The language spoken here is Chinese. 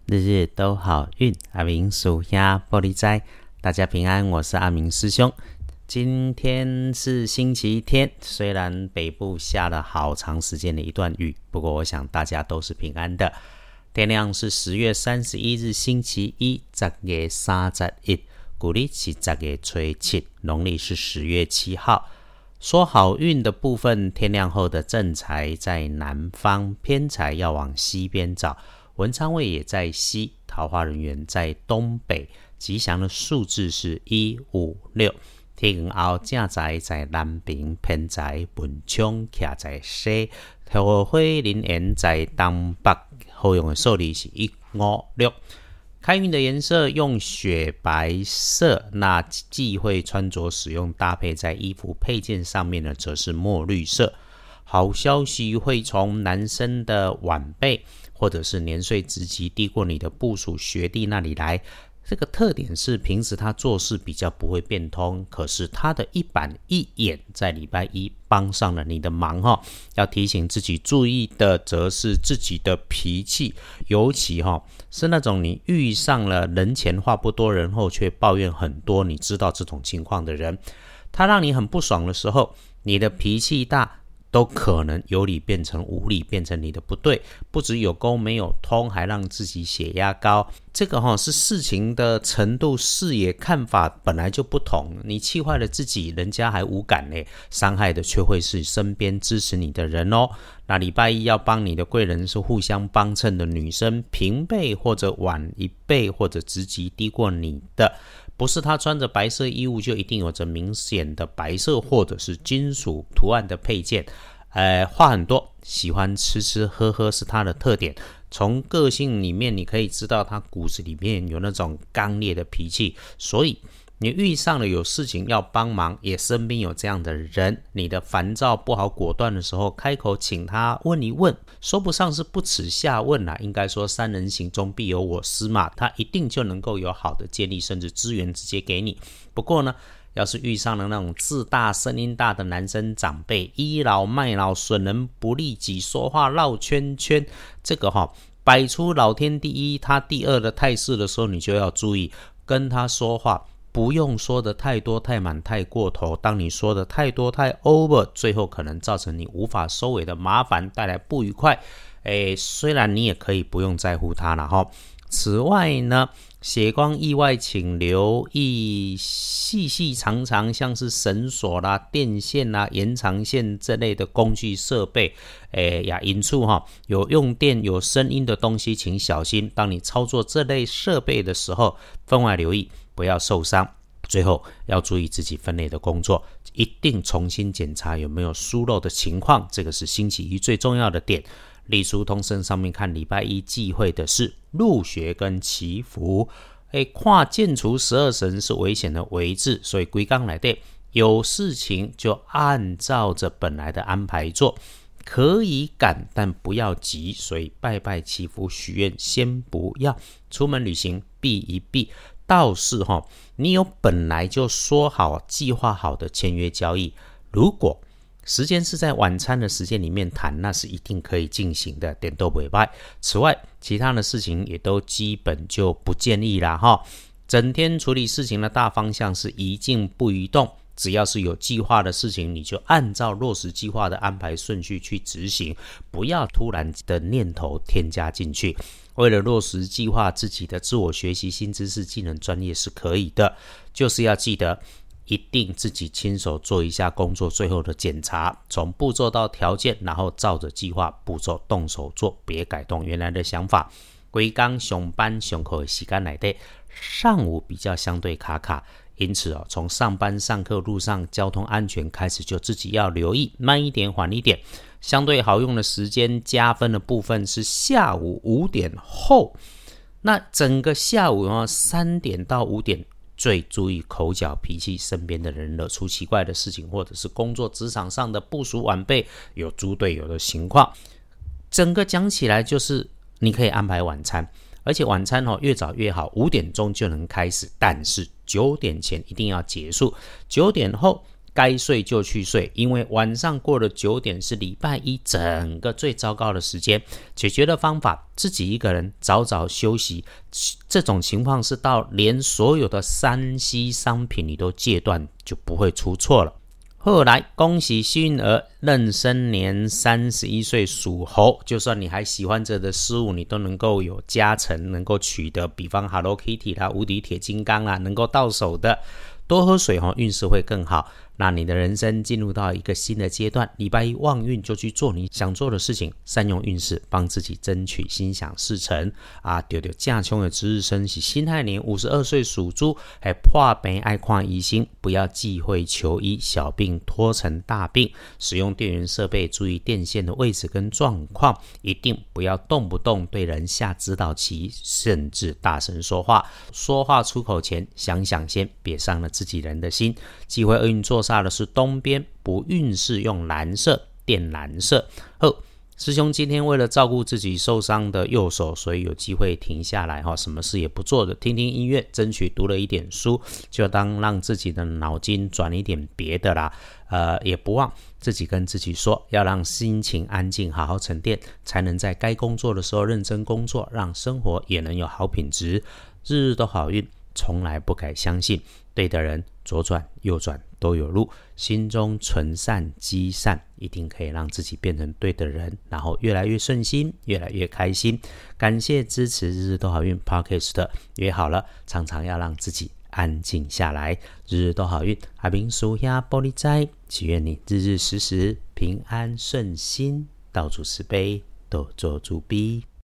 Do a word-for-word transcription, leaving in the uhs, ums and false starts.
日日都好运，阿明属下玻璃斋，大家平安，我是阿明师兄。今天是星期天，虽然北部下了好长时间的一段雨，不过我想大家都是平安的。天亮是十月三十一日星期一，十月三十一，古历是十月初七，农历是十月七号。说好运的部分，天亮后的正财在南方，偏财要往西边找，文昌位也在西，桃花人员在东北，吉祥的数字是一五六。天光后正财在南边，偏财文昌徛在西，桃花人缘在东北，好用的数字是一五六。开运的颜色用雪白色，那忌讳穿着使用搭配在衣服配件上面呢，则是墨绿色。好消息会从男生的晚辈或者是年岁职级低过你的部属学弟那里来。这个特点是平时他做事比较不会变通，可是他的一板一眼在礼拜一帮上了你的忙哈。要提醒自己注意的则是自己的脾气，尤其哈是那种你遇上了人前话不多人后却抱怨很多，你知道这种情况的人，他让你很不爽的时候，你的脾气大都可能有理变成无理，变成你的不对，不只有沟没有通，还让自己血压高。这个、哦、是事情的程度、视野、看法本来就不同，你气坏了自己，人家还无感呢，伤害的却会是身边支持你的人哦。那礼拜一要帮你的贵人是互相帮衬的女生，平辈或者晚一辈或者职级低过你的，不是他穿着白色衣物就一定有着明显的白色或者是金属图案的配件，呃，话很多，喜欢吃吃喝喝是他的特点。从个性里面你可以知道他骨子里面有那种刚烈的脾气，所以你遇上了有事情要帮忙，也身边有这样的人，你的烦躁不好果断的时候，开口请他问一问，说不上是不耻下问啦，应该说三人行中必有我师嘛，他一定就能够有好的建议甚至资源直接给你。不过呢，要是遇上了那种自大声音大的男生长辈，倚老卖老，损人不利己，说话绕圈圈，这个哈、哦、摆出老天第一他第二的态势的时候，你就要注意跟他说话不用说的太多太满太过头，当你说的太多太 over， 最后可能造成你无法收尾的麻烦，带来不愉快。诶，虽然你也可以不用在乎它啦齁。此外呢，血光意外请留意细细长长像是绳索啦、电线啦、延长线这类的工具设备，诶呀，因处哈有用电有声音的东西请小心，当你操作这类设备的时候分外留意，不要受伤。最后要注意自己分内的工作，一定重新检查有没有疏漏的情况，这个是星期一最重要的点。历书通胜上面看礼拜一忌讳的是入学跟祈福，诶，跨建除十二神是危险的为字，所以规纲来的有事情就按照着本来的安排做，可以赶但不要急，所以拜拜祈福许愿先不要，出门旅行避一避。倒是、哦、你有本来就说好计划好的签约交易，如果时间是在晚餐的时间里面谈，那是一定可以进行的，点都不会败。此外其他的事情也都基本就不建议啦齁。整天处理事情的大方向是宜静不宜动，只要是有计划的事情，你就按照落实计划的安排顺序去执行，不要突然的念头添加进去。为了落实计划，自己的自我学习新知识技能专业是可以的，就是要记得一定自己亲手做一下工作最后的检查，从步骤到条件，然后照着计划步骤动手做，别改动原来的想法。规工上班上课的时间来的上午比较相对卡卡，因此哦，从上班上课路上交通安全开始就自己要留意，慢一点缓一点。相对好用的时间加分的部分是下午五点后，那整个下午哦三点到五点最注意口角脾气，身边的人惹出奇怪的事情，或者是工作职场上的部属晚辈有猪队友的情况。整个讲起来就是你可以安排晚餐，而且晚餐、哦、越早越好，五点钟就能开始，但是九点前一定要结束，九点后该睡就去睡，因为晚上过了九点是礼拜一整个最糟糕的时间。解决的方法，自己一个人早早休息。这种情况是到连所有的三 C 商品你都戒断，就不会出错了。后来恭喜幸运儿壬申年三十一岁属猴，就算你还喜欢着的事物，你都能够有加成，能够取得，比方 Hello Kitty 啦、无敌铁金刚啦，能够到手的。多喝水哦，运势会更好。那你的人生进入到一个新的阶段，礼拜一旺运就去做你想做的事情，善用运势帮自己争取心想事成啊！丢丢驾穷的值日生是辛亥年五十二岁属猪，还破病爱看医生，不要忌讳求医，小病拖成大病。使用电源设备注意电线的位置跟状况，一定不要动不动对人下指导棋，甚至大声说话。说话出口前想想先，别伤了自己人的心。忌讳厄运坐煞的是东边，不运势用蓝色，靛蓝色。好，师兄今天为了照顾自己受伤的右手，所以有机会停下来，什么事也不做的，听听音乐，争取读了一点书，就当让自己的脑筋转一点别的啦。呃，也不忘自己跟自己说，要让心情安静，好好沉淀，才能在该工作的时候认真工作，让生活也能有好品质。日日都好运，从来不改相信，对的人左转右转都有路，心中存善积善，一定可以让自己变成对的人，然后越来越顺心，越来越开心。感谢支持日日都好运 Podcast， 约好了常常要让自己安静下来。日日都好运，阿明属下玻璃斋，祈愿你日日时时平安顺心，到处慈悲，多做主逼。